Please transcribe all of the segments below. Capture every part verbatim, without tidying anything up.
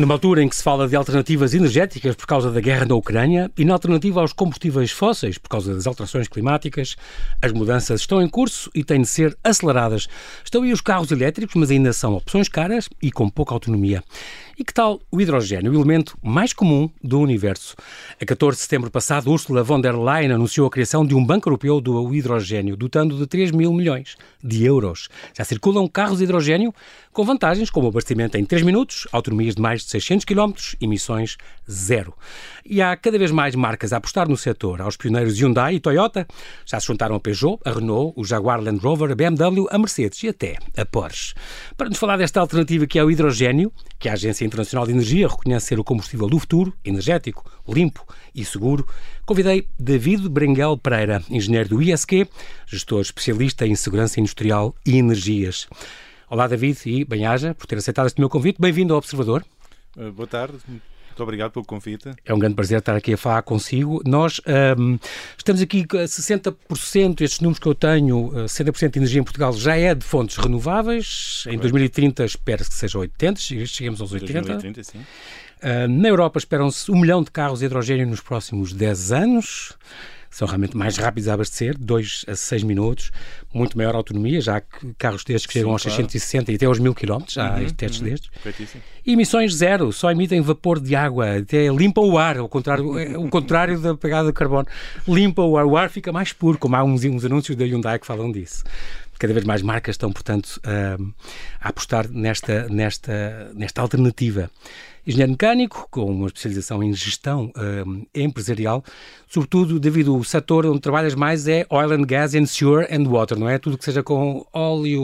Numa altura em que se fala de alternativas energéticas por causa da guerra na Ucrânia e na alternativa aos combustíveis fósseis por causa das alterações climáticas, as mudanças estão em curso e têm de ser aceleradas. Estão aí os carros elétricos, mas ainda são opções caras e com pouca autonomia. E que tal o hidrogênio, o elemento mais comum do universo? A catorze de setembro passado, Ursula von der Leyen anunciou a criação de um banco europeu do hidrogênio, dotando de três mil milhões de euros. Já circulam carros de hidrogênio com vantagens como abastecimento em três minutos, autonomias de mais de seiscentos quilómetros, emissões zero. E há cada vez mais marcas a apostar no setor. Aos pioneiros Hyundai e Toyota já se juntaram a Peugeot, a Renault, o Jaguar Land Rover, a B M W, a Mercedes e até a Porsche. Para nos falar desta alternativa que é o hidrogênio, que a Agência Internacional de Energia reconhece ser o combustível do futuro, energético, limpo e seguro, convidei David Brenguel Pereira, engenheiro do I S Q, gestor especialista em segurança industrial e energias. Olá, David, e bem-aja por ter aceitado este meu convite. Bem-vindo ao Observador. Uh, boa tarde. Muito obrigado pelo convite. É um grande prazer estar aqui a falar consigo. Nós um, estamos aqui a sessenta por cento, estes números que eu tenho, sessenta por cento de energia em Portugal já é de fontes renováveis. Em dois mil e trinta espera-se que seja oitenta, chegamos aos oitenta. dois mil e trinta, sim. Uh, na Europa esperam-se um milhão de carros de hidrogênio nos próximos dez anos. São realmente mais rápidos a abastecer, dois a seis minutos, muito maior autonomia, já há carros destes que Sim, chegam aos claro. seiscentos e sessenta e até aos mil quilómetros, já uhum, há testes uhum. destes. Feitíssimo. E emissões zero, só emitem vapor de água, até limpam o ar, ao contrário, é o contrário da pegada de carbono. Limpa o ar, o ar fica mais puro, como há uns, uns anúncios da Hyundai que falam disso. Cada vez mais marcas estão, portanto, a, a apostar nesta, nesta, nesta alternativa. Engenheiro mecânico, com uma especialização em gestão um, empresarial, sobretudo devido ao setor onde trabalhas mais é oil and gas and sewer and water, não é? Tudo que seja com óleo,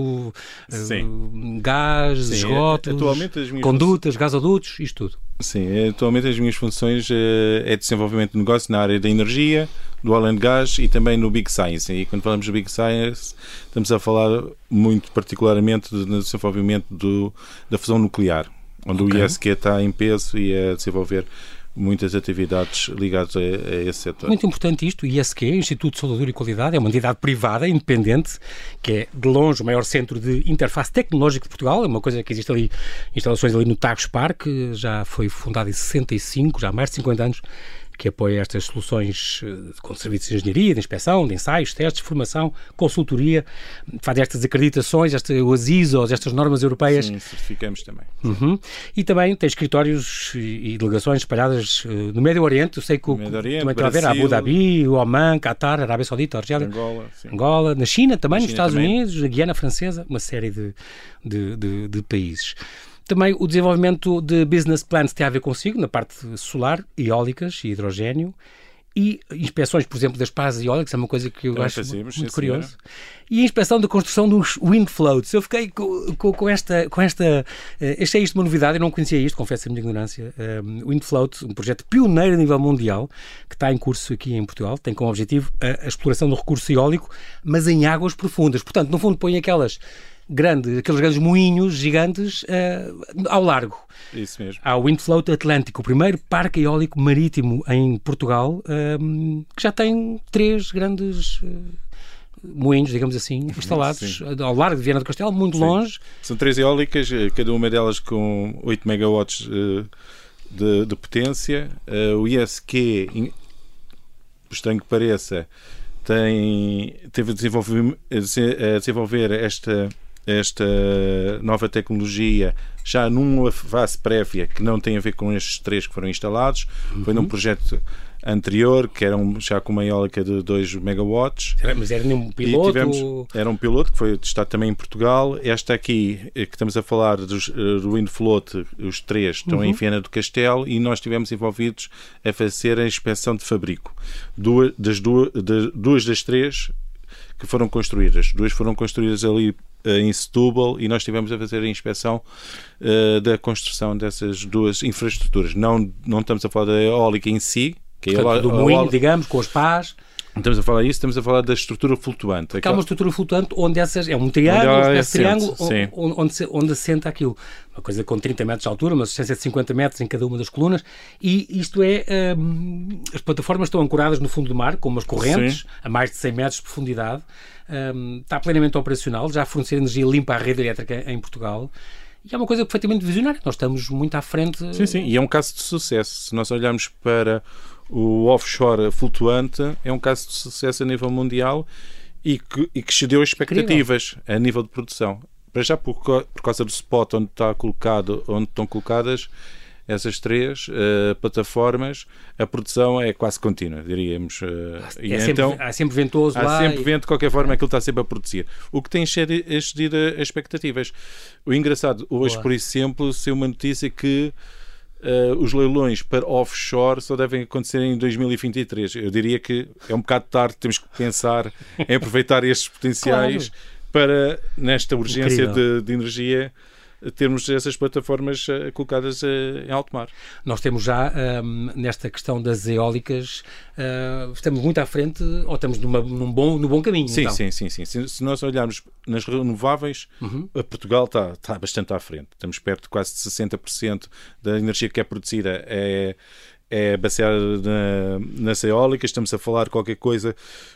uh, gás, Sim, esgotos, condutas, funções... gasodutos, isto tudo. Sim, atualmente as minhas funções uh, é desenvolvimento de negócio na área da energia, do oil and gas e também no Big Science. E quando falamos do Big Science, estamos a falar muito particularmente do desenvolvimento do, da fusão nuclear, onde okay. o I S Q está em peso e a desenvolver muitas atividades ligadas a, a esse setor. Muito importante isto, o I S Q, Instituto de Saúde e Qualidade, é uma entidade privada, independente, que é de longe o maior centro de interface tecnológico de Portugal, é uma coisa que existe ali, instalações ali no Tagus Park, já foi fundada em sessenta e cinco, já há mais de cinquenta anos, que apoia estas soluções com serviços de engenharia, de inspeção, de ensaios, testes, formação, consultoria, faz estas acreditações, estas, os I S Os, estas normas europeias. Sim, certificamos também. Uhum. E também tem escritórios e delegações espalhadas no Médio Oriente, eu sei que o, Oriente, também está a ver Abu Dhabi, Oman, Qatar, Arábia Saudita, Argélia, Angola, sim. Angola, na China também, na nos China Estados também. Unidos, na Guiana Francesa, uma série de, de, de, de países. Também o desenvolvimento de business plans tem a ver consigo, na parte solar, eólicas e hidrogênio, e inspeções, por exemplo, das pás eólicas, é uma coisa que eu Também acho fazemos, muito sim, curioso. Senhora. E a inspeção da construção dos wind floats. Eu fiquei com, com, com esta... Com esta uh, achei isto uma novidade, eu não conhecia isto, confesso a minha ignorância. Um, wind float, um projeto pioneiro a nível mundial, que está em curso aqui em Portugal, tem como objetivo a, a exploração do recurso eólico, mas em águas profundas. Portanto, no fundo, põe aquelas... Grande, aqueles grandes moinhos gigantes uh, ao largo. Isso mesmo. Há o Windfloat Atlântico, o primeiro parque eólico marítimo em Portugal, um, que já tem três grandes uh, moinhos, digamos assim, instalados Sim. ao largo de Viana do Castelo, muito Sim. longe. São três eólicas, cada uma delas com oito megawatts uh, de, de potência. Uh, o I S Q, por estranho que pareça, tem, teve a desenvolver, a desenvolver esta esta nova tecnologia já numa fase prévia que não tem a ver com estes três que foram instalados. Uhum. Foi num projeto anterior, que era um, já com uma eólica de dois megawatts. Mas era um piloto? Tivemos, era um piloto que foi testado também em Portugal. Esta aqui, que estamos a falar dos, do Windfloat, os três estão uhum. em Viana do Castelo e nós estivemos envolvidos a fazer a inspeção de fabrico. Duas das, duas, de, duas das três que foram construídas. Duas foram construídas ali em Setúbal e nós estivemos a fazer a inspeção uh, da construção dessas duas infraestruturas. Não, não estamos a falar da eólica em si, que Portanto, é a, do a, moinho, a, digamos, com os pás. Não estamos a falar disso, estamos a falar da estrutura flutuante. Porque há uma estrutura flutuante onde essas, é um triângulo, onde, é triângulo assente, onde, onde, se, onde assenta aquilo. Uma coisa com trinta metros de altura, uma distância de cinquenta metros em cada uma das colunas, e isto é, um, as plataformas estão ancoradas no fundo do mar, com umas correntes, Sim. a mais de cem metros de profundidade, um, está plenamente operacional, já a fornecer energia limpa à rede elétrica em Portugal, E é uma coisa perfeitamente visionária. Nós estamos muito à frente. Sim, sim. E é um caso de sucesso. Se nós olharmos para o offshore flutuante, é um caso de sucesso a nível mundial e que, e que excedeu as expectativas. Incrível. A nível de produção. Para já por, por causa do spot onde está colocado, onde estão colocadas essas três uh, plataformas, a produção é quase contínua, diríamos. Uh, é e sempre, então, há sempre ventoso há lá. Há sempre e... vento, de qualquer forma, aquilo está sempre a produzir. O que tem excedido as expectativas. O engraçado, hoje, Boa. por exemplo, saiu uma notícia que uh, os leilões para offshore só devem acontecer em dois mil e vinte e três. Eu diria que é um bocado tarde, temos que pensar em aproveitar estes potenciais claro. para, nesta urgência de, de energia, termos essas plataformas uh, colocadas uh, em alto mar. Nós temos já, um, nesta questão das eólicas, uh, estamos muito à frente, ou estamos numa, num bom, no bom caminho. Sim, então. sim, sim, sim. Se, se nós olharmos nas renováveis, uhum. Portugal está, está bastante à frente. Estamos perto de quase de sessenta por cento da energia que é produzida é, é baseada na, nas eólicas. Estamos a falar qualquer coisa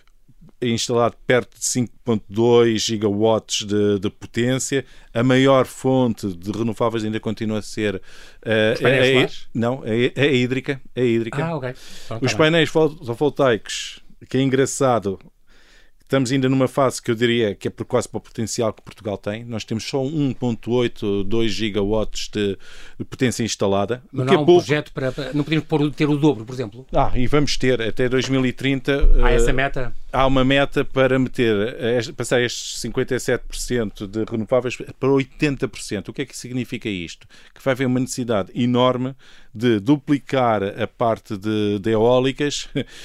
instalado perto de cinco vírgula dois gigawatts de, de potência. A maior fonte de renováveis ainda continua a ser uh, é, é, não, é, é a hídrica. É a hídrica. Ah, okay. Então, Os tá painéis fotovoltaicos, que é engraçado, estamos ainda numa fase que eu diria que é precoce para o potencial que Portugal tem. Nós temos só um vírgula oito dois gigawatts de, de potência instalada. Mas não há um pouco... projeto para, para... Não podemos pôr, ter o dobro, por exemplo? Ah, e vamos ter até dois mil e trinta... Há uh, essa meta? Há uma meta para meter, passar estes cinquenta e sete por cento de renováveis para oitenta por cento. O que é que significa isto? Que vai haver uma necessidade enorme de duplicar a parte de, de eólicas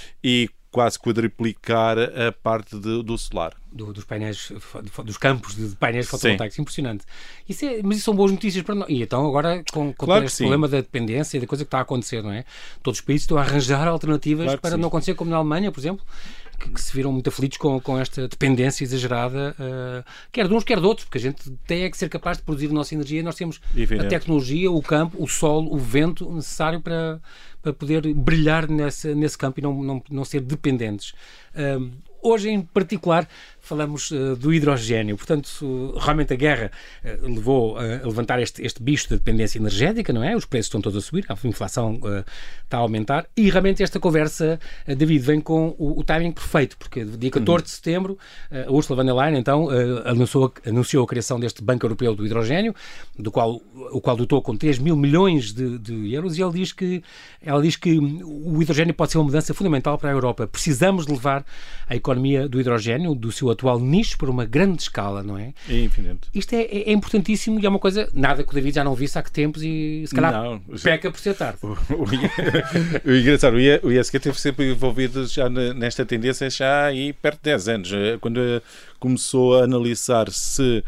e quase quadriplicar a parte de, do solar. Do, dos painéis, dos campos de painéis fotovoltaicos. Impressionante. Isso é, mas isso são boas notícias para nós. E então agora, com, com claro todo este sim. problema da dependência e da coisa que está a acontecer, não é? Todos os países estão a arranjar alternativas claro para sim. não acontecer, como na Alemanha, por exemplo, que, que se viram muito aflitos com, com esta dependência exagerada, uh, quer de uns, quer de outros, porque a gente tem é que ser capaz de produzir a nossa energia e nós temos Evidente. a tecnologia, o campo, o sol, o vento necessário para, para poder brilhar nesse, nesse campo e não, não, não ser dependentes. Um, Hoje, em particular, falamos uh, do hidrogénio. Portanto, uh, realmente a guerra uh, levou uh, a levantar este, este bicho da dependência energética, não é? Os preços estão todos a subir, a inflação uh, está a aumentar e realmente esta conversa, uh, David, vem com o, o timing perfeito, porque dia catorze de setembro uh, a Ursula von der Leyen, então, uh, anunciou, anunciou a criação deste Banco Europeu do Hidrogénio, do qual, o qual dotou com três mil milhões de, de euros e ele diz que, ela diz que o hidrogénio pode ser uma mudança fundamental para a Europa. Precisamos de levar a economia do hidrogénio, do seu atual nicho, para uma grande escala, não é? É infinito. Isto é, é, é importantíssimo e é uma coisa, nada que o David já não visse há que tempos e se calhar não, peca por ser tarde. O, o, o engraçado, o I S Q esteve sempre envolvido já nesta tendência já aí perto de dez anos, quando começou a analisar se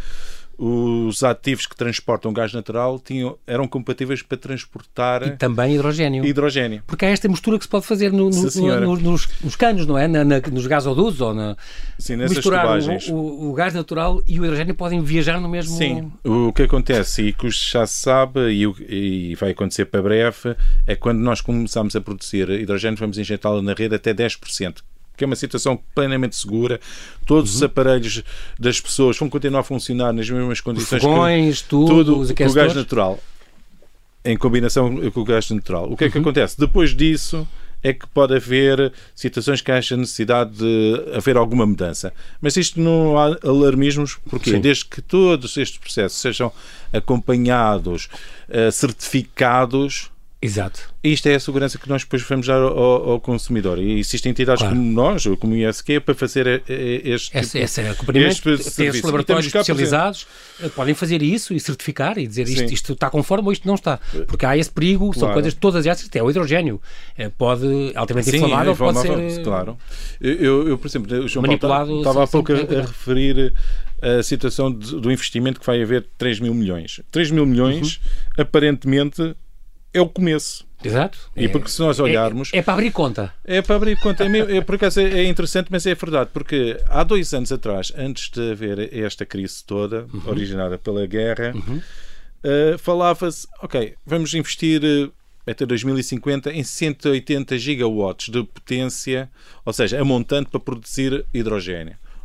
os ativos que transportam gás natural tinham, eram compatíveis para transportar... E também hidrogénio. Hidrogénio. Porque há esta mistura que se pode fazer no, no, no, no, nos, nos canos, não é? Na, na, nos gasodutos ou na... Sim, nessas misturar tubagens. O, o, o gás natural e o hidrogénio podem viajar no mesmo... Sim. O que acontece, e que já se sabe, e, e vai acontecer para breve, é quando nós começamos a produzir hidrogénio, vamos injetá-lo na rede até dez por cento. Que é uma situação plenamente segura. Todos uhum. os aparelhos das pessoas vão continuar a funcionar nas mesmas condições. Os fogões, que, tudo, tudo os com o gás natural, em combinação com o gás natural. O que é que uhum. acontece? Depois disso é que pode haver situações que haja necessidade de haver alguma mudança. Mas isto não há alarmismos, porque Sim. desde que todos estes processos sejam acompanhados, uh, certificados... Exato. Isto é a segurança que nós depois vamos dar ao, ao consumidor. E existem entidades claro. como nós, ou como o I S Q, para fazer este esse, tipo, esse acompanhamento. Este tem esses laboratórios especializados, podem fazer isso e certificar e dizer isto, isto está conforme ou isto não está. Porque há esse perigo, claro. são coisas todas essas, até o hidrogénio pode, altamente inflamável, pode ser... Claro. Eu, eu, por exemplo, o João manipulado, Paulo estava há pouco a, a referir a situação de, do investimento que vai haver três mil milhões. três mil milhões, uhum. aparentemente, é o começo. Exato. E porque se nós olharmos... É, é para abrir conta. É para abrir conta. É, meio, é, por acaso é interessante, mas é verdade, porque há dois anos atrás, antes de haver esta crise toda, uhum. originada pela guerra, uhum. uh, falava-se, ok, vamos investir uh, até dois mil e cinquenta em cento e oitenta gigawatts de potência, ou seja, a montante para produzir hidrogénio.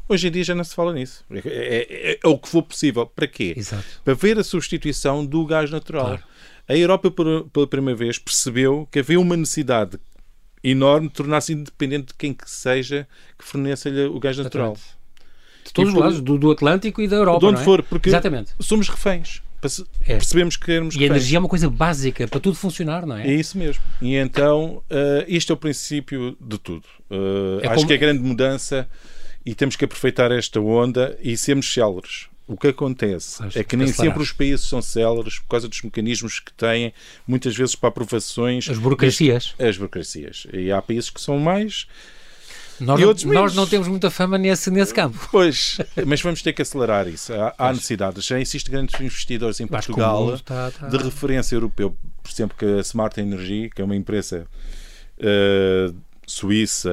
Hoje em dia já não se fala nisso. É, é, é o que for possível. Para quê? Exato. Para ver a substituição do gás natural. Claro. A Europa, por, pela primeira vez, percebeu que havia uma necessidade enorme de tornar-se independente de quem que seja que forneça-lhe o gás natural. Exatamente. De todos E os por- lados, do, do Atlântico e da Europa. De onde não é? for, porque Exatamente. somos reféns. Perce- É. Percebemos que éramos E a reféns. energia é uma coisa básica para tudo funcionar, não é? É isso mesmo. E então, uh, este é o princípio de tudo. Uh, É acho como- que é grande mudança e temos que aproveitar esta onda e sermos céleres. O que acontece Pois, é que nem acelerar. sempre os países são céleres por causa dos mecanismos que têm, muitas vezes para aprovações. As burocracias. As burocracias. E há países que são mais... Nós, E não, outros menos. nós não temos muita fama nesse, nesse campo. Pois, mas vamos ter que acelerar isso. Há, há necessidade. Já existem grandes investidores em Acho que o Portugal mundo está- está- de referência europeu. Por exemplo, que a Smart Energy, que é uma empresa uh, suíça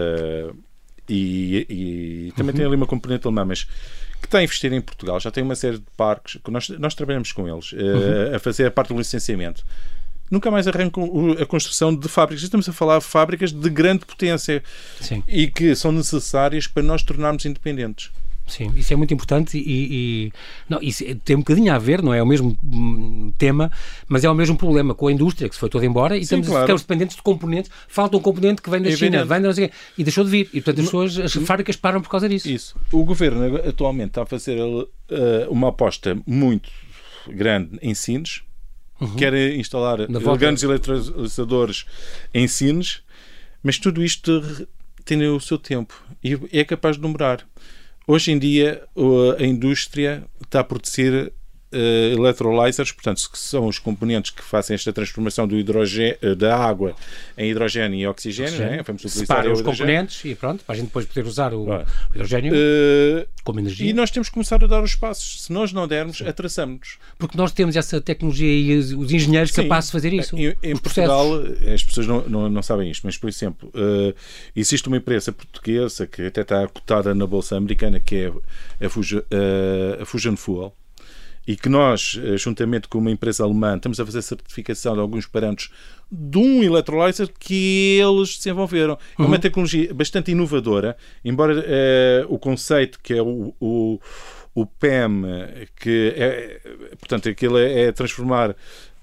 e, e também Uhum. tem ali uma componente alemã, mas que está a investir em Portugal. Já tem uma série de parques que nós, nós trabalhamos com eles uh, Uhum. a fazer a parte do licenciamento. Nunca mais arrancam o- a construção de fábricas. Estamos a falar de fábricas de grande potência Sim. e que são necessárias para nós tornarmos independentes. Sim, isso é muito importante e, e- não, isso tem um bocadinho a ver, não é o mesmo hum, tema, mas é o mesmo problema com a indústria que se foi toda embora e Sim, estamos, claro. ficamos dependentes de componentes. Falta um componente que vem da É China, evidente. vem da não sei quê, e deixou de vir. E portanto as pessoas, as fábricas param por causa disso. Isso. O governo atualmente está a fazer uh, uma aposta muito grande em Sines. Uhum. Quer instalar Na uh, volta- grandes eletrolisadores em Sines, mas tudo isto re- tem o seu tempo e é capaz de demorar. Hoje em dia uh, a indústria está a produzir uh, electrolyzers, portanto, que são os componentes que fazem esta transformação do hidrogé- uh, da água em hidrogênio e oxigênio. Não é? Vamos utilizar Separa o os hidrogênio. componentes e pronto, para a gente depois poder usar o, Claro. o hidrogênio Uh, como energia. E nós temos que começar a dar os passos. Se nós não dermos, atrasamos-nos. Porque nós temos essa tecnologia e os, os engenheiros Sim. capazes de fazer isso. Em, em Os Portugal, processos. as pessoas não, não, não sabem isto, mas, por exemplo, uh, existe uma empresa portuguesa que até está cotada na Bolsa Americana, que é a, Fusion, uh, a Fusion Fuel, e que nós, uh, juntamente com uma empresa alemã, estamos a fazer certificação de alguns parâmetros de um electrolyzer que eles desenvolveram. É uma Uhum. tecnologia bastante inovadora, embora uh, o conceito que é o, o, o P E M, que é, portanto, aquilo é, é transformar uh,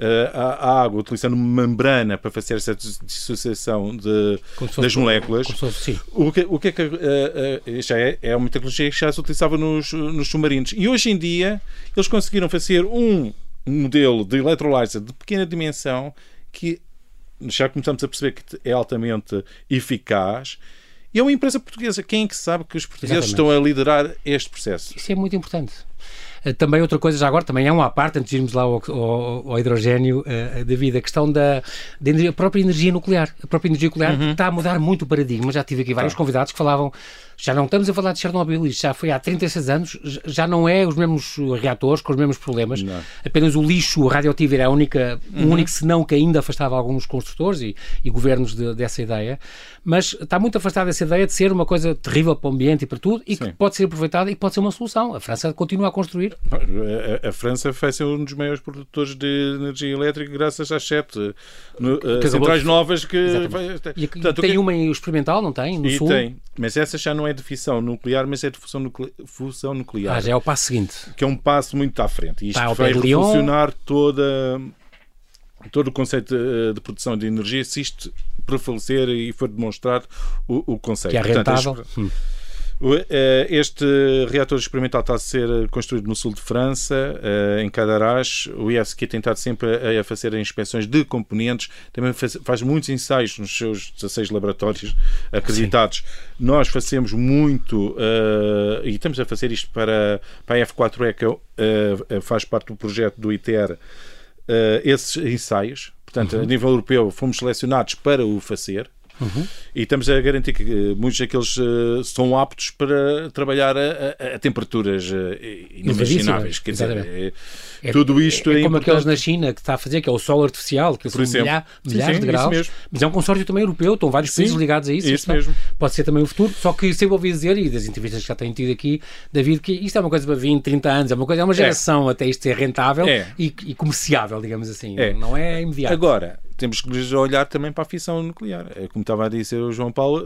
a, a água utilizando uma membrana para fazer essa dissociação de, Como se fosse- das moléculas. como se fosse- sim. O que, o que é que uh, uh, já é, é uma tecnologia que já se utilizava nos, nos submarinos. E hoje em dia eles conseguiram fazer um modelo de electrolyzer de pequena dimensão que já começamos a perceber que é altamente eficaz. E é uma empresa portuguesa. Quem é que sabe que os portugueses Exatamente. estão a liderar este processo? Isso é muito importante. Uh, Também outra coisa, já agora, também é um à parte, antes de irmos lá ao, ao, ao hidrogénio, uh, David, a questão da, da energia, a própria energia nuclear. A própria energia nuclear Uhum. está a mudar muito o paradigma. Já tive aqui vários Tá. convidados que falavam, já não estamos a falar de Chernobyl, isto já foi há trinta e seis anos, j- já não é os mesmos reatores com os mesmos problemas, Não. apenas o lixo radioativo era a única, Uhum. o único senão que ainda afastava alguns construtores e, e governos de- dessa ideia, mas está muito afastada dessa ideia de ser uma coisa terrível para o ambiente e para tudo, e Sim. que pode ser aproveitada e pode ser uma solução. A França continua a construir. A, a França vai ser um dos maiores produtores de energia elétrica graças às sete no, uh, acabou centrais de- novas que... Exatamente. Vai, E aqui portanto, o tem que- uma em experimental, não tem? No E sul. tem, mas essa já não é de fissão nuclear, mas é de fusão, nucle... fusão nuclear. Ah, já é o passo seguinte. Que é um passo muito à frente. E isto Está ao vai pé de Lyon. revolucionar toda, todo o conceito de, de produção de energia, se isto prevalecer e for demonstrado o, o conceito. Que é Portanto, rentável. este- Hum. o- eh, Este reator experimental está a ser construído no sul de França, eh, em Cadarache. O I S Q tem estado sempre a a fazer inspeções de componentes, também faz, faz muitos ensaios nos seus dezasseis laboratórios acreditados. Nós fazemos muito, eh, e estamos a fazer isto para, para a F quatro E, que eh, faz parte do projeto do ITER, eh, esses ensaios. Portanto, a nível europeu, fomos selecionados para o fazer. Uhum. E estamos a garantir que eh, muitos daqueles eh, são aptos para trabalhar a, a- a temperaturas eh, inimagináveis. Quer dizer, Exatamente. é- tudo isto é, é, é como importante. aqueles na China que está a fazer, que é o sol artificial, que Por são exemplo. milha- Sim, milhares sim, de isso graus, mesmo. mas é um consórcio também europeu, estão vários países Sim, ligados a isso. isso está- mesmo. Pode ser também o futuro, só que sempre ouvi dizer, e das entrevistas que já tenho tido aqui, David, que isto é uma coisa para vinte, trinta anos, é uma coisa, é uma geração até isto ser rentável É. e, e comerciável, digamos assim, É. não é imediato. Agora, temos que olhar também para a fissão nuclear. É como estava a dizer o João Paulo,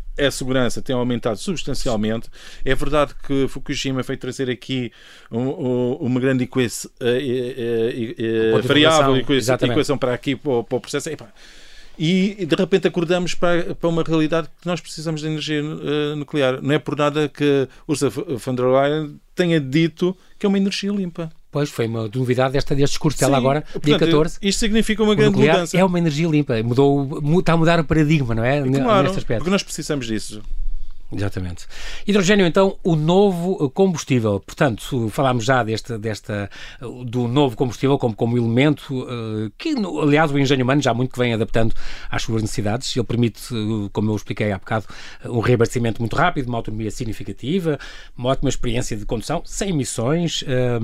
a segurança tem aumentado substancialmente. É verdade que Fukushima foi trazer aqui um, um, uma grande equação, uh, uh, uh, uh, variável equação, equação para aqui, para o, para o processo. Epá. E de repente acordamos para, para uma realidade que nós precisamos de energia uh, nuclear. Não é por nada que Ursula von der Leyen tenha dito que é uma energia limpa. Pois, foi uma novidade desta, deste discurso dela agora, portanto, dia catorze. Isto significa uma grande mudança. É uma energia limpa. Mudou, está a mudar o paradigma, não é? Claro, neste aspecto. Porque nós precisamos disso. Exatamente. Hidrogênio, então, o novo combustível. Portanto, falámos já deste, desta, do novo combustível como, como elemento que, aliás, o engenho humano já muito que vem adaptando às suas necessidades. Ele permite, como eu expliquei há bocado, um reabastecimento muito rápido, uma autonomia significativa, uma ótima experiência de condução, sem emissões.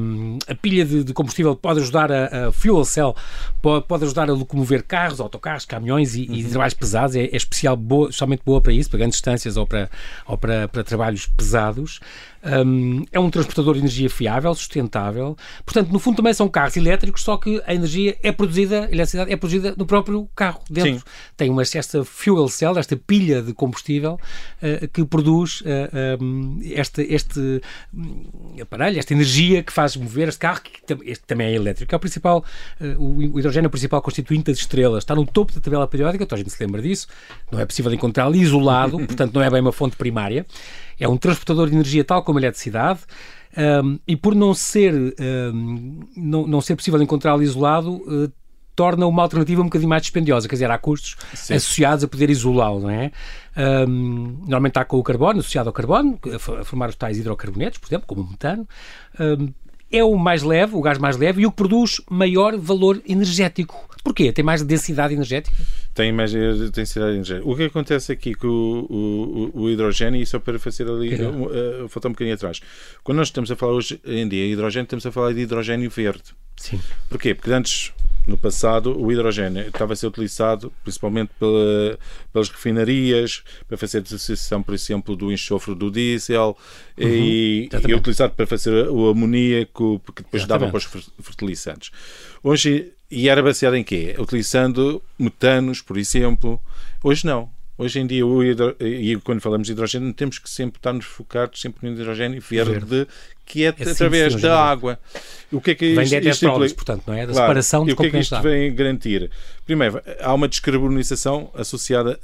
A pilha de, de combustível pode ajudar a, a fuel cell, pode, pode ajudar a locomover carros, autocarros, caminhões e, uhum. e trabalhos pesados. É, é especial, boa, somente boa para isso, para grandes distâncias ou para ou para, para trabalhos pesados. Um, é um transportador de energia fiável, sustentável. Portanto, no fundo também são carros elétricos, só que a energia é produzida, a eletricidade é produzida no próprio carro, dentro. Sim. Tem uma, esta fuel cell, esta pilha de combustível uh, que produz uh, um, este, este um, aparelho, esta energia que faz mover este carro, que este também é elétrico. É o principal, uh, o hidrogênio é o principal constituinte das estrelas. Está no topo da tabela periódica, toda a gente se lembra disso. Não é possível encontrá-lo isolado, portanto não é bem uma fonte primária. É um transportador de energia tal como a eletricidade, um, e por não ser, um, não, não ser possível encontrá-lo isolado, uh, torna uma alternativa um bocadinho mais dispendiosa, quer dizer, há custos Sim. associados a poder isolá-lo, não é? Um, normalmente está com o carbono, associado ao carbono, a formar os tais hidrocarbonetos, por exemplo, como o metano. Um, é o mais leve, o gás mais leve, e o que produz maior valor energético. Porquê? Tem mais densidade energética? Tem mais densidade energética. O que acontece aqui com o, o, o hidrogênio, e só para fazer ali, uh, faltar um bocadinho atrás. Quando nós estamos a falar hoje em dia de hidrogênio, estamos a falar de hidrogênio verde. Sim. Porquê? Porque antes, no passado, o hidrogênio estava a ser utilizado principalmente pela, pelas refinarias, para fazer a dissociação, por exemplo, do enxofre do diesel, uhum, e, e utilizado para fazer o amoníaco, que depois exatamente. Dava para os fertilizantes. Hoje, e era baseado em quê? Utilizando metanos, por exemplo. Hoje não. Hoje em dia, o hidro... e quando falamos de hidrogênio, temos que sempre estar-nos focados sempre no hidrogênio verde, verde. Que é, é através sim, da água. O que é que vem isto, de isto implica? Portanto, não é? Da claro. separação dos componentes. E o que é que isto água. Vem garantir? Primeiro, há uma descarbonização associada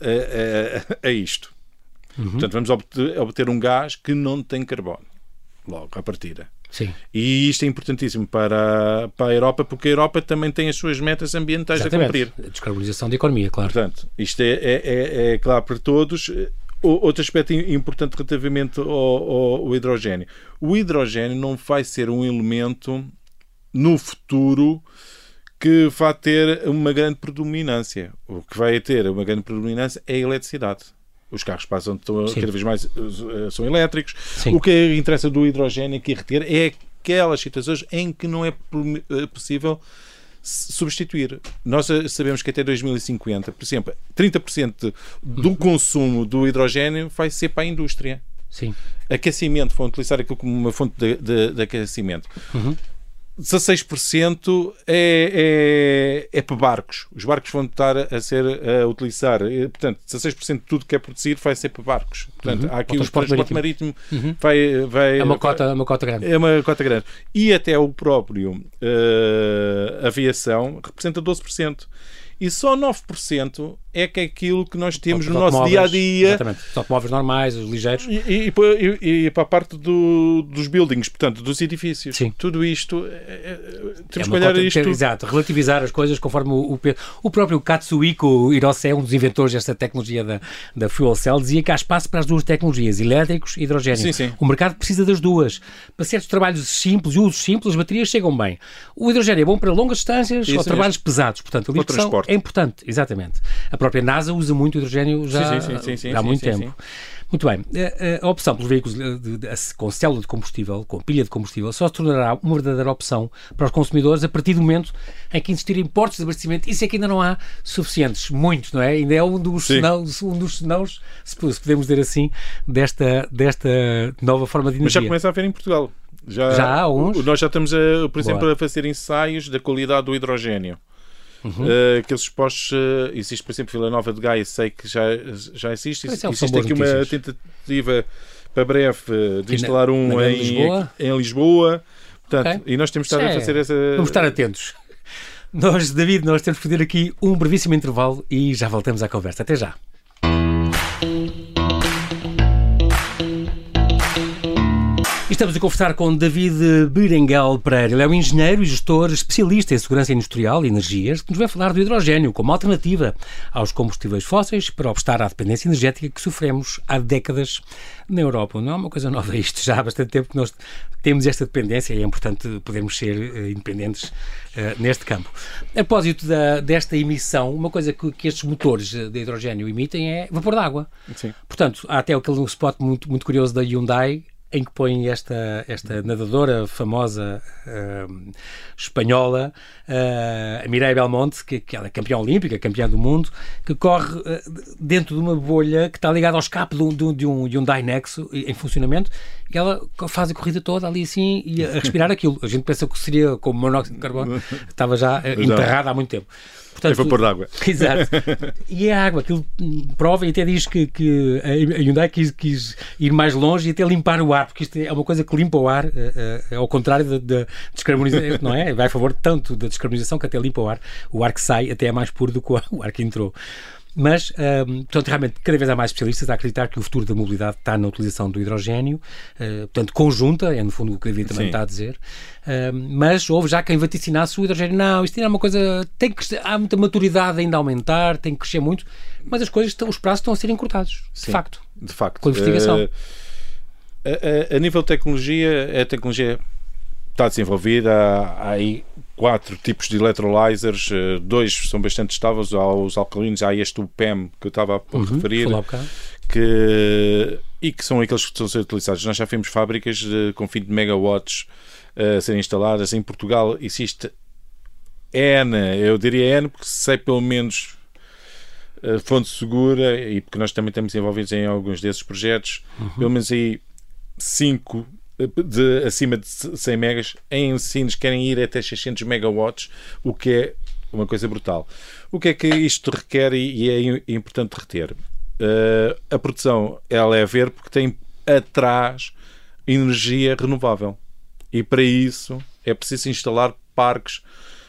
a, a, a isto. Uhum. Portanto, vamos obter, obter um gás que não tem carbono. Logo, à partida. Sim. E isto é importantíssimo para, para a Europa, porque a Europa também tem as suas metas ambientais exatamente. A cumprir. A descarbonização da economia, claro. Portanto, isto é, é, é, é claro para todos. Outro aspecto importante relativamente ao, ao, ao hidrogênio. O hidrogênio não vai ser um elemento no futuro que vai ter uma grande predominância. O que vai ter uma grande predominância é a eletricidade. Os carros passam Sim. cada vez mais são elétricos. Sim. O que interessa do hidrogênio aqui reter é aquelas situações em que não é possível substituir. Nós sabemos que até dois mil e cinquenta, por exemplo, trinta por cento do consumo do hidrogênio vai ser para a indústria. Sim. Aquecimento, vão utilizar aquilo como uma fonte de, de, de aquecimento. Uhum. dezasseis por cento é, é, é para barcos. Os barcos vão estar a ser a utilizar. Portanto, dezasseis por cento de tudo que é produzido vai ser para barcos. Portanto, uhum. há aqui o transporte, transporte marítimo, marítimo uhum. vai, vai... É uma cota, é uma cota grande. É uma cota grande. E até o próprio uh, aviação representa doze por cento. E só nove por cento é que é aquilo que nós temos no nosso dia-a-dia. Exatamente. Os automóveis normais, os ligeiros. E, e, e, e para a parte do, dos buildings, portanto, dos edifícios. Sim. Tudo isto, é, temos é que olhar cota, isto... Exato, relativizar as coisas conforme o, o, o próprio Katsuhiko Hirose, um dos inventores desta tecnologia da, da Fuel Cell, dizia que há espaço para as duas tecnologias, elétricos e hidrogênio. Sim, sim. O mercado precisa das duas. Para certos trabalhos simples e usos simples, as baterias chegam bem. O hidrogênio é bom para longas distâncias Isso ou trabalhos mesmo. Pesados. Portanto, a ligação é importante. Exatamente. A própria NASA usa muito hidrogênio já sim, sim, sim, sim, há sim, muito sim, tempo. Sim. Muito bem. A, a opção pelos veículos de, de, de, com célula de combustível, com pilha de combustível, só se tornará uma verdadeira opção para os consumidores a partir do momento em que existirem portos de abastecimento. Isso é que ainda não há suficientes. Muitos, não é? Ainda é um dos senãos, um dos senãos, se podemos dizer assim, desta, desta nova forma de energia. Mas já começa a haver em Portugal. Já, já há uns? Nós já estamos, a, por exemplo, Boa. a fazer ensaios da qualidade do hidrogênio. Uhum. Uh, aqueles postos, uh, existe, por exemplo, Vila Nova de Gaia, sei que já, já existe. Mas, existe aqui uma notícias. tentativa para breve uh, de instalar na, um na em Lisboa. em Lisboa. Portanto, Okay. E nós temos de estar é, a fazer essa... Vamos estar atentos. Nós, David, nós temos que fazer aqui um brevíssimo intervalo e já voltamos à conversa. Até já. Estamos a conversar com David Berenguel Pereira. Ele é um engenheiro e gestor especialista em segurança industrial e energias que nos vai falar do hidrogénio como alternativa aos combustíveis fósseis para obstar à dependência energética que sofremos há décadas na Europa. Não é uma coisa nova isto, já há bastante tempo que nós temos esta dependência e é importante podermos ser uh, independentes uh, neste campo. A propósito da, desta emissão, uma coisa que, que estes motores de hidrogénio emitem é vapor de água. Sim. Portanto, há até aquele spot muito, muito curioso da Hyundai em que põe esta, esta nadadora famosa uh, espanhola, uh, a Mireia Belmonte, que, que ela é campeã olímpica, campeã do mundo, que corre uh, dentro de uma bolha que está ligada ao escape de um, de um, de um Hyundai Nexo em funcionamento, e ela faz a corrida toda ali assim e a respirar aquilo. A gente pensa que seria como monóxido de carbono, estava já uh, enterrada há muito tempo. Portanto, é vapor de água. Exato. E é água. Aquilo prova e até diz que, que a Hyundai quis, quis ir mais longe e até limpar o ar, porque isto é uma coisa que limpa o ar, é, é ao contrário da descarbonização, não é? Vai a favor tanto da descarbonização que até limpa o ar. O ar que sai até é mais puro do que o ar que entrou. Mas, um, portanto, realmente, cada vez há mais especialistas a acreditar que o futuro da mobilidade está na utilização do hidrogénio, uh, portanto, conjunta, é no fundo o que o David também Sim. está a dizer, uh, mas houve já quem vaticinasse o hidrogénio. Não, isto é uma coisa, tem que, há muita maturidade ainda a aumentar, tem que crescer muito, mas as coisas, os prazos estão a ser encurtados, de Sim, facto. De facto. Com a investigação. Uh, a, a, a nível de tecnologia, a tecnologia está desenvolvida, há, há aí quatro tipos de electrolyzers, dois são bastante estáveis, há os alcalinos, há este o P E M que eu estava a uhum, referir, que, e que são aqueles que estão a ser utilizados. Nós já vimos fábricas de, com vinte megawatts a serem instaladas. Em Portugal existe N, eu diria N, porque sei pelo menos a fonte segura, e porque nós também estamos envolvidos em alguns desses projetos, uhum. pelo menos aí cinco De, acima de cem megas, em ensinos querem ir até seiscentos megawatts, o que é uma coisa brutal. O que é que isto requer e é importante reter? Uh, a produção, ela é a ver porque tem atrás energia renovável e para isso é preciso instalar parques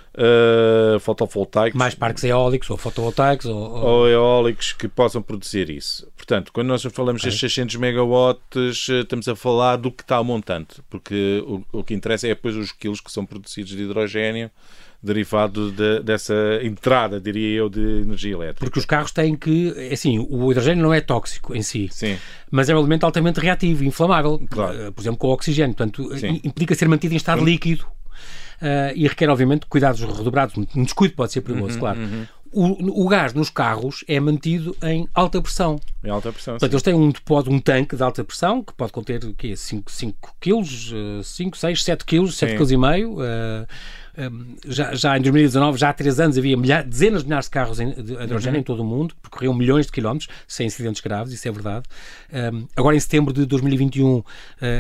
Uh, fotovoltaicos, mais parques eólicos ou fotovoltaicos ou, ou... ou eólicos que possam produzir isso. Portanto, quando nós falamos okay. de seiscentos megawatts, estamos a falar do que está ao montante, porque o, o que interessa é depois os quilos que são produzidos de hidrogénio derivado de, dessa entrada, diria eu, de energia elétrica. Porque os carros têm que, assim, o hidrogénio não é tóxico em si, Sim. mas é um elemento altamente reativo, inflamável, claro. por exemplo com o oxigênio, portanto Sim. implica ser mantido em estado Sim. líquido. Uh, e requer, obviamente, cuidados redobrados. Um descuido pode ser perigoso, uhum, claro. Uhum. O, o gás nos carros é mantido em alta pressão. Em alta pressão, Portanto, sim. eles têm um, pode, um tanque de alta pressão que pode conter cinco quilos, cinco, seis, sete quilos, sete vírgula cinco quilos. Uh, um, já, já em dois mil e dezanove, já há três anos, havia milhares, dezenas de milhares de carros em, de hidrogénio uhum. em todo o mundo, percorriam milhões de quilómetros, sem incidentes graves, isso é verdade. Um, agora, em setembro de dois mil e vinte e um, uh,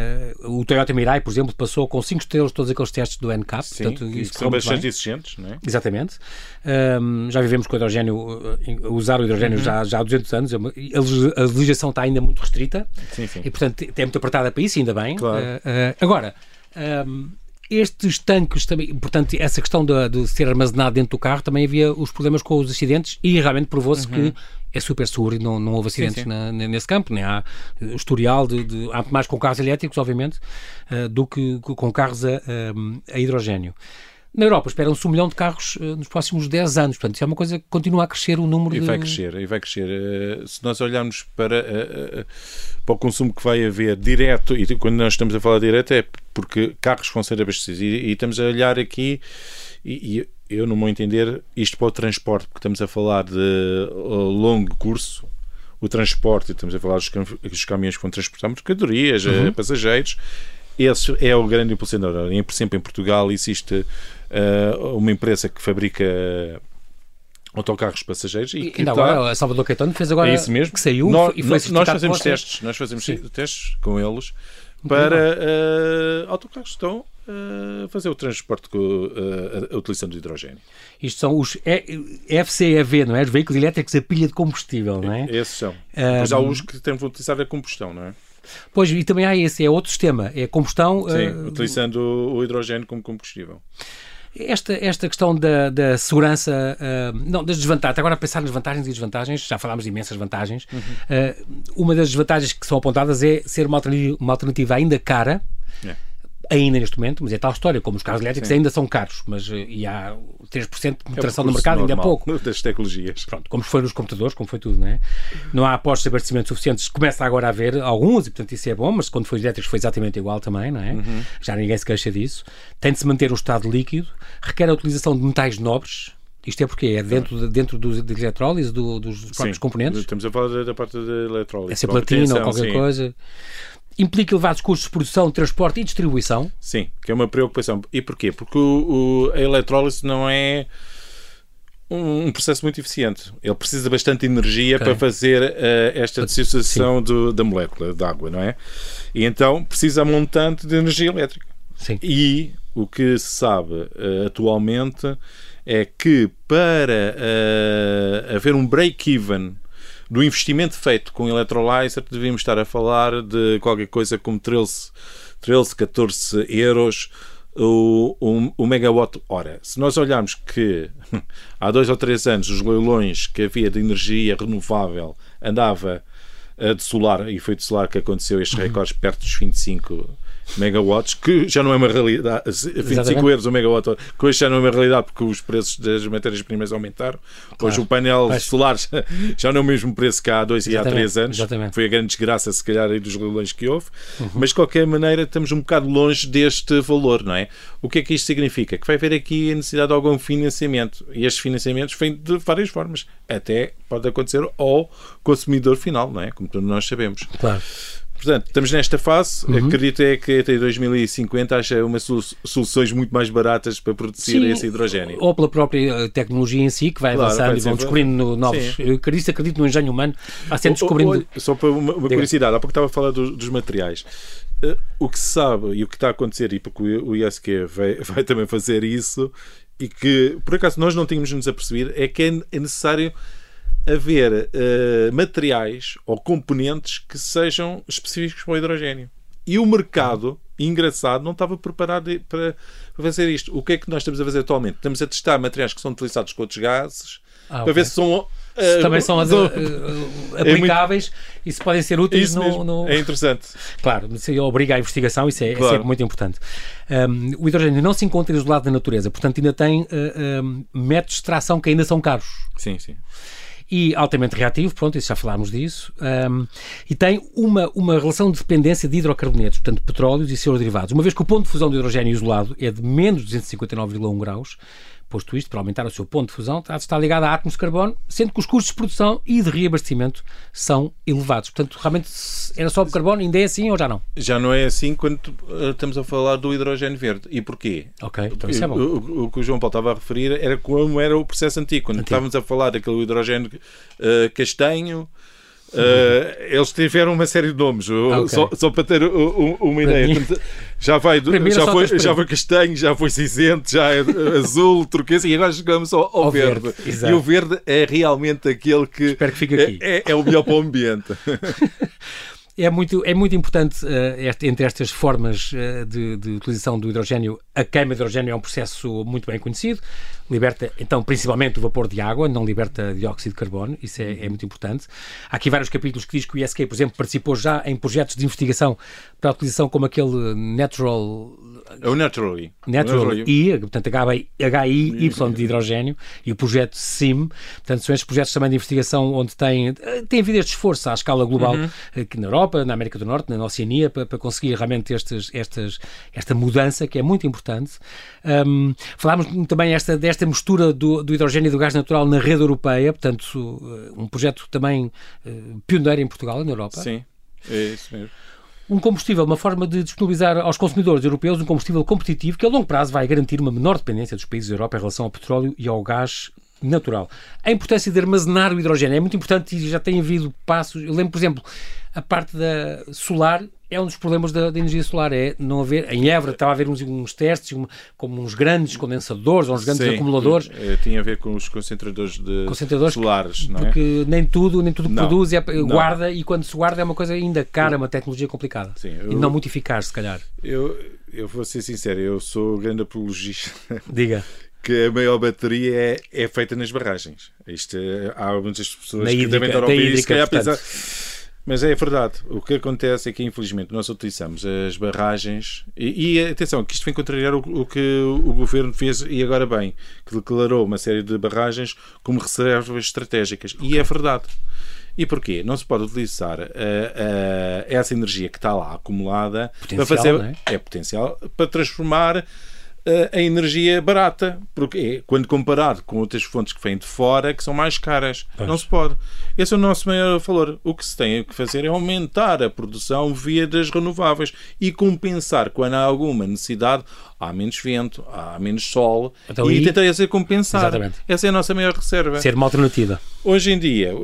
o Toyota Mirai, por exemplo, passou com cinco estrelas todos aqueles testes do N CAP. Sim, portanto, isso são bastante exigentes, não é? Exatamente. Um, já vivemos com o hidrogénio, usar o hidrogénio uhum. já, já há duzentos anos, a legislação está ainda muito restrita sim, sim. e, portanto, é muito apertada para isso, ainda bem. Claro. Uh, uh, agora, um, estes tanques também, portanto, essa questão de, de ser armazenado dentro do carro, também havia os problemas com os acidentes e realmente provou-se uhum. que é super seguro e não, não houve acidentes sim, sim. Na, nesse campo, nem há historial de, de, há mais com carros elétricos, obviamente, uh, do que com carros a, a, a hidrogénio. Na Europa esperam-se um milhão de carros uh, nos próximos dez anos, portanto, isso é uma coisa que continua a crescer o número e de... vai crescer, e vai crescer. Uh, se nós olharmos para, uh, uh, para o consumo que vai haver direto, e quando nós estamos a falar direto é porque carros vão ser abastecidos, e, e estamos a olhar aqui, e, e eu, no meu entender, isto para o transporte, porque estamos a falar de uh, longo curso, o transporte, estamos a falar dos, cam dos caminhões que vão transportar mercadorias, uhum. uh, passageiros. Esse é o grande impulsionador. Por exemplo, em Portugal existe uh, uma empresa que fabrica autocarros passageiros e que ainda está... agora a Salvador Caetano fez agora é isso mesmo. que saiu nós, e foi nós fazemos posta. testes nós fazemos Sim. testes com eles para uh, autocarros. Estão uh, fazer o transporte com, uh, utilizando hidrogênio. Isto são os F C E V, não é? Os veículos elétricos a pilha de combustível, não é? Esses são. Um, Mas há os que têm de utilizar a combustão, não é? Pois, e também há esse, é outro sistema, é a combustão... Sim, uh, utilizando o hidrogênio como combustível. Esta, esta questão da, da segurança, uh, não, das desvantagens, agora a pensar nas vantagens e desvantagens, já falámos de imensas vantagens, uhum. uh, uma das desvantagens que são apontadas é ser uma alternativa, uma alternativa ainda cara, é. ainda neste momento, mas é tal história, como os carros elétricos Sim. ainda são caros, mas uh, e há três por cento de penetração é no mercado, ainda é pouco. Das tecnologias. Pronto, como foi nos computadores, como foi tudo, não é? Não há apostos de abastecimento suficientes, começa agora a haver alguns, e portanto isso é bom, mas quando foi elétricos foi exatamente igual também, não é? Uhum. Já ninguém se queixa disso. Tem de se manter um estado líquido, requer a utilização de metais nobres. Isto é porque é dentro, de, dentro do, de eletrólise, do, dos próprios sim, componentes. Estamos a falar da, da parte da eletrólise. É ser platina ou qualquer sim. coisa. Implica elevados custos de produção, transporte e distribuição. Sim, que é uma preocupação. E porquê? Porque o, o, a eletrólise não é um, um processo muito eficiente. Ele precisa bastante energia okay. para fazer uh, esta dissociação do, da molécula de água, não é? E então precisa montante de energia elétrica. Sim. E o que se sabe uh, atualmente é que para uh, haver um break-even do investimento feito com electrolyzer, devíamos estar a falar de qualquer coisa como treze, catorze euros o, o, o megawatt-hora. Se nós olharmos que há dois ou três anos os leilões que havia de energia renovável andava de solar, e foi de solar que aconteceu estes recordes perto dos vinte e cinco megawatts, que já não é uma realidade, vinte e cinco euros o megawatt, que hoje já não é uma realidade porque os preços das matérias-primas aumentaram. Claro. Hoje o painel Mas... solar já, já não é o mesmo preço que há dois Exatamente. e há três anos. Exatamente. Foi a grande desgraça, se calhar, aí dos leilões que houve. Uhum. Mas, de qualquer maneira, estamos um bocado longe deste valor, não é? O que é que isto significa? Que vai haver aqui a necessidade de algum financiamento. E estes financiamentos vêm de várias formas. Até pode acontecer ao consumidor final, não é? Como todos nós sabemos. Claro. Portanto, estamos nesta fase. Uhum. Acredito é que até dois mil e cinquenta haja uma solu- soluções muito mais baratas para produzir Sim, esse hidrogênio. Ou pela própria tecnologia em si, que vai claro, avançando vai e vão descobrindo novos... Sim. Eu acredito, acredito no engenho humano, vai sendo descobrindo... Olha, só para uma, uma curiosidade, há pouco estava a falar do, dos materiais. Uh, o que se sabe e o que está a acontecer, e porque o I S Q vai, vai também fazer isso, e que, por acaso, nós não tínhamos nos apercebido, é que é necessário haver uh, materiais ou componentes que sejam específicos para o hidrogênio. E o mercado, engraçado, não estava preparado para fazer isto. O que é que nós estamos a fazer atualmente? Estamos a testar materiais que são utilizados com outros gases, ah, para okay. ver se são... Se uh, também são uh, uh, aplicáveis é muito... e se podem ser úteis no, no... É interessante. Claro, isso obriga à investigação, isso é, claro. é sempre muito importante. Um, o hidrogênio não se encontra isolado da natureza, portanto ainda tem uh, um, métodos de extração que ainda são caros. Sim, sim. E altamente reativo, pronto, isso já falámos disso, um, e tem uma, uma relação de dependência de hidrocarbonetos, portanto, petróleos e seus derivados. Uma vez que o ponto de fusão do hidrogênio isolado é de menos duzentos e cinquenta e nove vírgula um graus, posto isto, para aumentar o seu ponto de fusão, está ligado a átomos de carbono, sendo que os custos de produção e de reabastecimento são elevados. Portanto, realmente, era só o carbono, ainda é assim ou já não? Já não é assim quando estamos a falar do hidrogênio verde. E porquê? Ok, então isso é bom. O, o, o que o João Paulo estava a referir era como era o processo antigo. Quando antigo. estávamos a falar daquele hidrogênio uh, castanho, Uh, eles tiveram uma série de nomes, okay. só, só para ter uh, uma ideia. Já, vai do, já, foi, já foi castanho, já foi cinzento, já é azul, turquesa, e agora chegamos ao, ao, ao verde. verde e o verde é realmente aquele que, Espero que fique aqui. É, é o melhor para o ambiente. É muito, é muito importante, uh, este, entre estas formas uh, de, de utilização do hidrogênio, a queima de hidrogênio é um processo muito bem conhecido, liberta, então, principalmente o vapor de água, não liberta dióxido de carbono, isso é, é muito importante. Há aqui vários capítulos que diz que o I S Q, por exemplo, participou já em projetos de investigação para a utilização como aquele Natural... É o Natural E. Natural E, portanto, H I Y de hidrogênio, e o projeto S I M, portanto, são estes projetos também de investigação onde tem, tem havido este esforço à escala global, uhum. aqui na Europa, na América do Norte, na Oceania, para, para conseguir realmente estes, estes, esta mudança, que é muito importante. Um, falámos também esta, desta mistura do, do hidrogênio e do gás natural na rede europeia, portanto, um projeto também uh, pioneiro em Portugal e na Europa. Sim, é isso mesmo. Um combustível, uma forma de disponibilizar aos consumidores europeus um combustível competitivo que a longo prazo vai garantir uma menor dependência dos países da Europa em relação ao petróleo e ao gás natural. A importância de armazenar o hidrogênio é muito importante e já tem havido passos. Eu lembro, por exemplo, a parte da solar é um dos problemas da, da energia solar, é não haver, em Évora estava a haver uns, uns testes um, como uns grandes condensadores ou uns grandes Sim, acumuladores. É, tinha a ver com os concentradores, de concentradores solares, não é? Porque nem tudo, nem tudo que não, produz é, guarda, e quando se guarda é uma coisa ainda cara, uma tecnologia complicada. Sim, eu, e não muito eficaz, se calhar. Eu, eu vou ser sincero, eu sou grande apologista. Diga. Que a maior bateria é, é feita nas barragens. Isto é, há muitas pessoas na que hídrica, devem estar a ouvir isso, hídrica, pensar... Mas é verdade. O que acontece é que, infelizmente, nós utilizamos as barragens e, e atenção, que isto vem contrariar o, o que o governo fez e agora bem, que declarou uma série de barragens como reservas estratégicas. E é verdade. E porquê? Não se pode utilizar uh, uh, essa energia que está lá acumulada potencial, para fazer... Não é? é potencial para transformar a energia barata, porque quando comparado com outras fontes que vêm de fora, que são mais caras, pois. Não se pode. Esse é o nosso maior valor. O que se tem que fazer é aumentar a produção via das renováveis e compensar quando há alguma necessidade, há menos vento, há menos sol, então, e, e tentar essa compensar. Exatamente. Essa é a nossa maior reserva. Ser uma alternativa. Hoje em dia,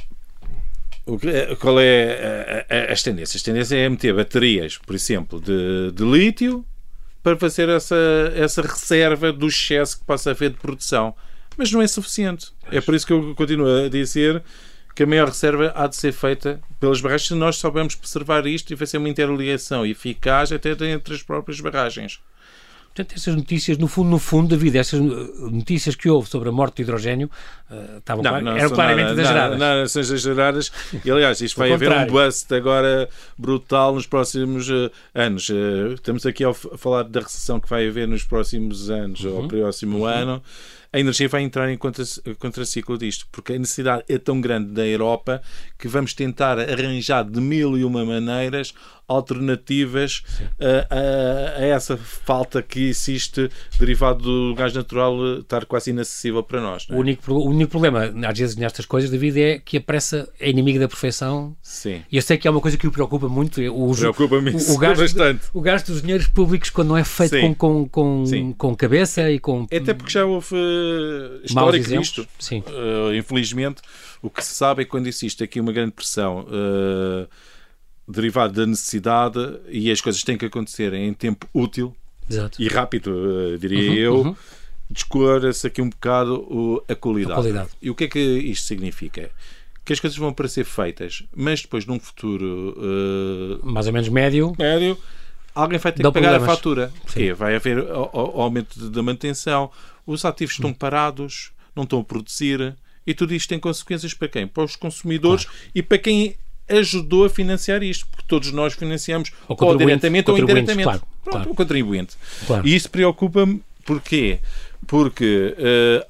o que, qual é a, a, as tendências? As tendências é meter baterias, por exemplo, de, de lítio, para fazer essa, essa reserva do excesso que possa haver de produção. Mas não é suficiente. É por isso que eu continuo a dizer que a maior reserva há de ser feita pelas barragens se nós soubermos preservar isto e fazer uma interligação eficaz até entre as próprias barragens. Portanto, essas notícias, no fundo, no fundo, David, essas notícias que houve sobre a morte do hidrogênio uh, estavam não, clar... não, eram claramente nada, exageradas. Não, não, são exageradas. E, aliás, isto vai haver um bust agora brutal nos próximos uh, anos. Uh, estamos aqui a falar da recessão que vai haver nos próximos anos, uhum. ou no próximo uhum. ano. A energia vai entrar em contra, contraciclo disto, porque a necessidade é tão grande da Europa que vamos tentar arranjar de mil e uma maneiras alternativas a, a, a essa falta que existe derivado do gás natural estar quase inacessível para nós. Não é? o, único, o único problema, às vezes, nestas coisas, David, é que a pressa é inimiga da perfeição. Sim. E eu sei que é uma coisa que o preocupa muito. O, Preocupa-me o, o gasto, bastante. O gasto dos dinheiros públicos quando não é feito com, com, com, com cabeça e com... Até porque já houve uh, histórico disto. Sim. Uh, infelizmente, o que se sabe é que quando existe aqui uma grande pressão uh, derivada da necessidade e as coisas têm que acontecer em tempo útil, exato, e rápido, uh, diria uhum, eu, uhum. descura-se aqui um bocado o, a, qualidade. a qualidade. E o que é que isto significa? Que as coisas vão para ser feitas, mas depois num futuro uh, mais ou menos médio, médio alguém vai ter Dão que pagar problemas. a fatura. Porque vai haver o, o aumento da manutenção, os ativos estão parados, não estão a produzir, e tudo isto tem consequências para quem? Para os consumidores, claro, e para quem ajudou a financiar isto, porque todos nós financiamos ou, ou diretamente ou indiretamente. Claro, Pronto, claro. O contribuinte. Claro. E isso preocupa-me, porquê? Porque uh,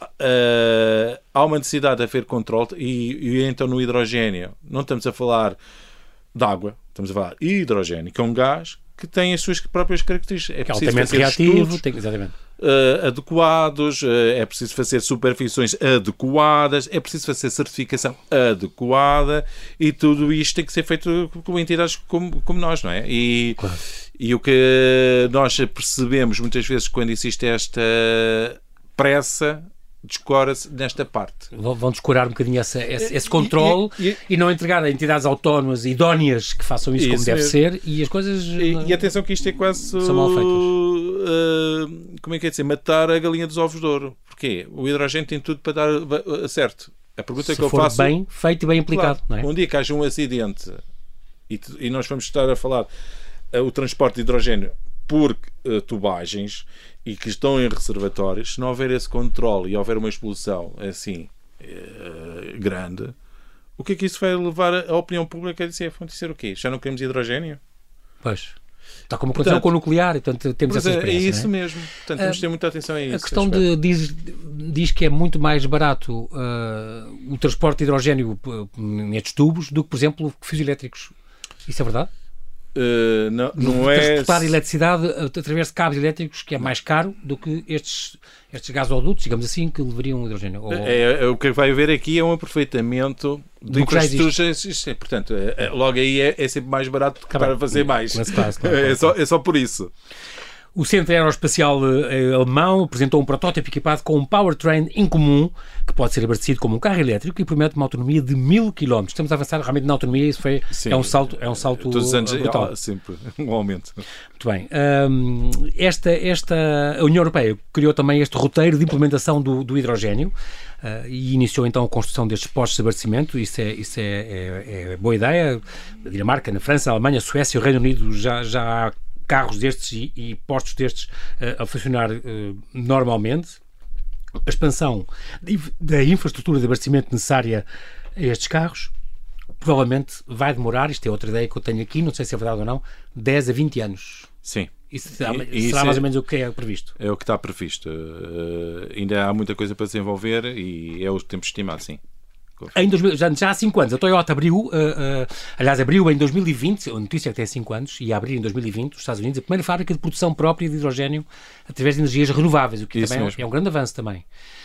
uh, há uma necessidade de haver controle e, e então no hidrogênio não estamos a falar de água, estamos a falar de hidrogênio, que é um gás que tem as suas próprias características. É que preciso altamente fazer reativo, estudos tem, exatamente. Uh, adequados, uh, é preciso fazer superfícies adequadas, é preciso fazer certificação adequada e tudo isto tem que ser feito com entidades como, como nós, não é? E, claro, e o que nós percebemos muitas vezes quando existe esta pressa, descora-se nesta parte. Vão descurar um bocadinho essa, esse, esse controle e, e, e, e não entregar a entidades autónomas idóneas que façam isso, isso como deve mesmo. ser e as coisas... E, e atenção que isto é quase... São mal feitas. Uh, como é que é dizer? Matar a galinha dos ovos de ouro. Porquê? O hidrogênio tem tudo para dar certo. A pergunta Se que eu for faço... bem feito e bem aplicado. Claro, não é? Um dia que haja um acidente e, e nós vamos estar a falar uh, o transporte de hidrogênio por uh, tubagens e que estão em reservatórios, se não houver esse controle e houver uma explosão assim uh, grande, o que é que isso vai levar a opinião pública a dizer? Vão dizer o quê? Já não queremos hidrogênio? Pois. Está como aconteceu com o nuclear, portanto temos essa experiência. É isso, não é? mesmo. Portanto, temos de ter muita atenção a isso. A questão de, diz, diz que é muito mais barato uh, o transporte de hidrogênio nestes tubos do que, por exemplo, fios elétricos. Isso é verdade? Uh, não, não é... Transportar eletricidade através de cabos elétricos, que é mais caro do que estes, estes gasodutos, digamos assim, que levariam hidrogênio. Ou... É, é, o que vai haver aqui é um aproveitamento de infraestruturas. Portanto, é, logo aí é, é sempre mais barato do que para fazer mais. Claro, claro, é, só, é só por isso. O Centro Aeroespacial eh, Alemão apresentou um protótipo equipado com um powertrain incomum que pode ser abastecido como um carro elétrico e promete uma autonomia de mil quilómetros. Estamos a avançar realmente na autonomia, isso foi, Sim, é um salto, é um salto todos os anos brutal. há sempre um aumento. Muito bem. Um, esta, esta, a União Europeia criou também este roteiro de implementação do, do hidrogénio uh, e iniciou então a construção destes postos de abastecimento. Isso é, isso é, é, é boa ideia. Na Dinamarca, na França, na Alemanha, Suécia, o Reino Unido já, já há carros destes e, e postos destes uh, a funcionar uh, normalmente. A expansão da infraestrutura de abastecimento necessária a estes carros provavelmente vai demorar, isto é outra ideia que eu tenho aqui, não sei se é verdade ou não, dez a vinte anos. Sim. Isso será, E, será isso mais é, ou menos o que é previsto? É o que está previsto. Uh, ainda há muita coisa para desenvolver e é o tempo estimado, sim. Em dois mil, já, já há cinco anos, a Toyota abriu, uh, uh, aliás, abriu em dois mil e vinte, a notícia é que tem cinco anos, e a abrir em dois mil e vinte, os Estados Unidos, a primeira fábrica de produção própria de hidrogénio através de energias renováveis, o que Isso também mesmo. é um grande avanço também.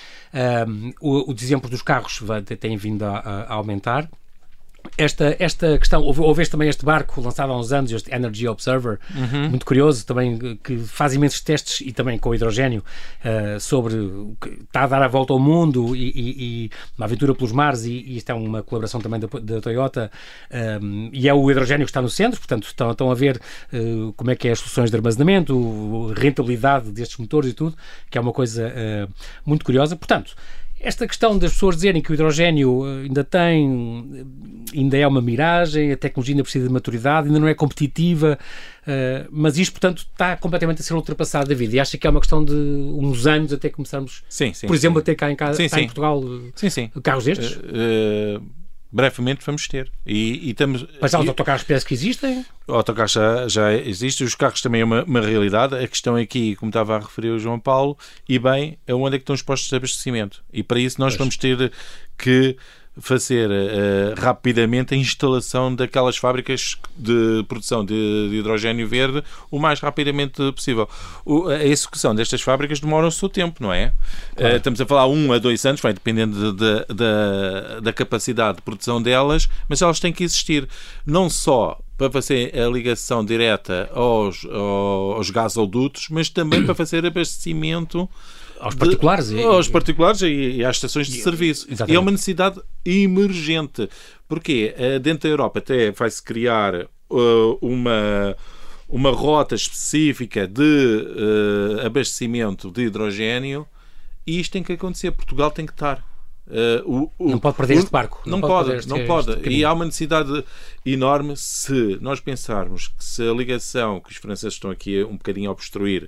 Um, o, os exemplos dos carros vai, têm vindo a, a aumentar. Esta, esta questão, houve, houve também este barco lançado há uns anos, este Energy Observer, uhum. muito curioso, também que faz imensos testes e também com hidrogénio uh, sobre o que está a dar a volta ao mundo e, e, e uma aventura pelos mares e, e isto é uma colaboração também da, da Toyota um, e é o hidrogénio que está no centro, portanto estão, estão a ver uh, como é que é as soluções de armazenamento, a rentabilidade destes motores e tudo, que é uma coisa uh, muito curiosa, portanto esta questão das pessoas dizerem que o hidrogénio ainda tem, ainda é uma miragem, a tecnologia ainda precisa de maturidade, ainda não é competitiva, uh, mas isto, portanto, está completamente a ser ultrapassado da vida. E acha que é uma questão de uns anos até começarmos, sim, sim, por exemplo, sim. a ter cá em, casa, sim, cá sim. em Portugal sim, sim. carros destes? Uh, uh... Brevemente vamos ter. E, e estamos, Mas há os e, autocarros parece que existem? O autocarro já, já existe, os carros também é uma, uma realidade. A questão aqui, como estava a referir o João Paulo, e bem, é onde é que estão os postos de abastecimento. E para isso nós pois. vamos ter que fazer uh, rapidamente a instalação daquelas fábricas de produção de, de hidrogénio verde o mais rapidamente possível. O, a execução destas fábricas demora o seu tempo, não é? Claro. Uh, estamos a falar um a dois anos, vai dependendo de, de, de, da capacidade de produção delas, mas elas têm que existir não só para fazer a ligação direta aos, aos gasodutos, mas também para fazer abastecimento aos particulares, de, e, aos particulares e, e às estações de e, serviço. Exatamente. E é uma necessidade emergente. Porque dentro da Europa até vai-se criar uh, uma, uma rota específica de uh, abastecimento de hidrogénio e isto tem que acontecer. Portugal tem que estar. Uh, o, o, não pode perder o, este barco. Não, não pode, pode não pode. E há uma necessidade enorme se nós pensarmos que se a ligação que os franceses estão aqui um bocadinho a obstruir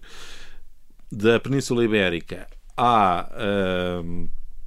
da Península Ibérica à, uh,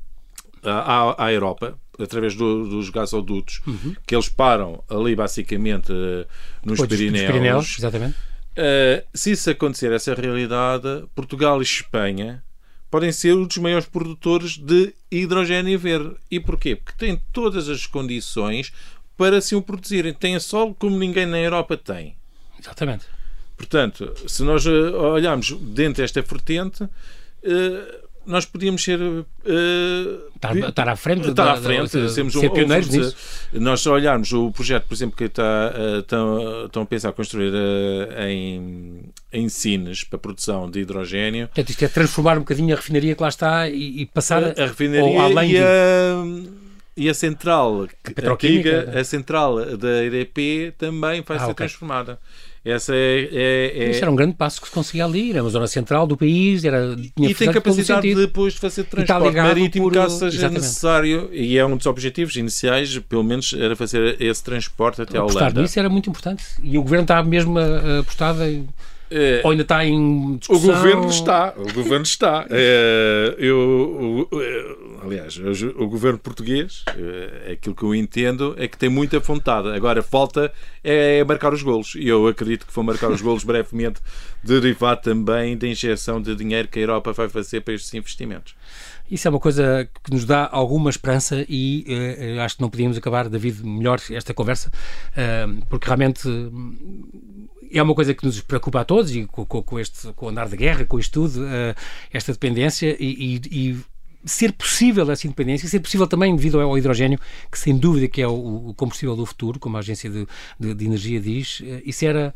à, à Europa, através do, dos gasodutos, uhum. que eles param ali basicamente uh, nos Pô, Pirineus. Pirineus exatamente. Uh, se isso acontecer, essa realidade, Portugal e Espanha podem ser um dos maiores produtores de hidrogénio verde. E porquê? Porque têm todas as condições para se o produzirem. Têm solo como ninguém na Europa tem. Exatamente. Portanto, se nós olharmos dentro desta vertente, nós podíamos ser... Estar, estar à frente. Estar à frente. Da, da, ser um, pioneiros um, nisso. Nós se olharmos o projeto, por exemplo, que está, estão, estão a pensar construir em, em Sines para a produção de hidrogénio. Portanto, isto é transformar um bocadinho a refinaria que lá está e, e passar a, a refinaria além e a... De... E a central a antiga, a central da E D P também vai ah, ser okay. transformada. Essa é, é, é... Isso era um grande passo que se conseguia ali, era uma zona central do país, era, tinha e tem capacidade de, depois de fazer transporte marítimo por... caso seja Exatamente. necessário, e é um dos objetivos iniciais, pelo menos, era fazer esse transporte até a Holanda. Apostar nisso era muito importante, e o Governo está mesmo apostado em... É, ou ainda está em discussão? O Governo está, o Governo está. É, eu, eu, aliás, o, o Governo português, é, aquilo que eu entendo é que tem muita vontade. Agora, falta é marcar os golos. E eu acredito que vão marcar os golos brevemente, derivado também da injeção de dinheiro que a Europa vai fazer para estes investimentos. Isso é uma coisa que nos dá alguma esperança e uh, acho que não podíamos acabar, David, melhor esta conversa, uh, porque realmente uh, é uma coisa que nos preocupa a todos e com, com, com, este, com o andar de guerra, com isto tudo, uh, esta dependência e, e, e ser possível essa independência, ser possível também devido ao hidrogénio, que sem dúvida que é o, o combustível do futuro, como a Agência de, de, de Energia diz, uh, isso era...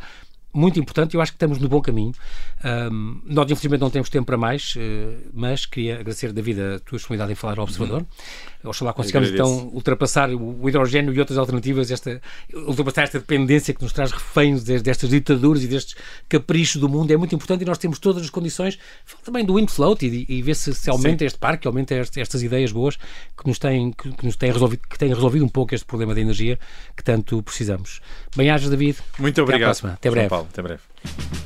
muito importante, eu acho que estamos no bom caminho. Um, nós, infelizmente, não temos tempo para mais, uh, mas queria agradecer, David, a tua disponibilidade em falar ao Observador. Uhum. Oxalá consigamos, então, ultrapassar o hidrogênio e outras alternativas, esta, ultrapassar esta dependência que nos traz reféns destas ditaduras e destes caprichos do mundo. É muito importante e nós temos todas as condições. Fala também do wind float e, e ver se, se aumenta Sim. este parque, aumenta este, estas ideias boas que nos, têm, que, que nos têm resolvido, que têm resolvido um pouco este problema da energia que tanto precisamos. Bem-ajas, David. Muito obrigado. Até à próxima. Até breve. Paulo, até breve.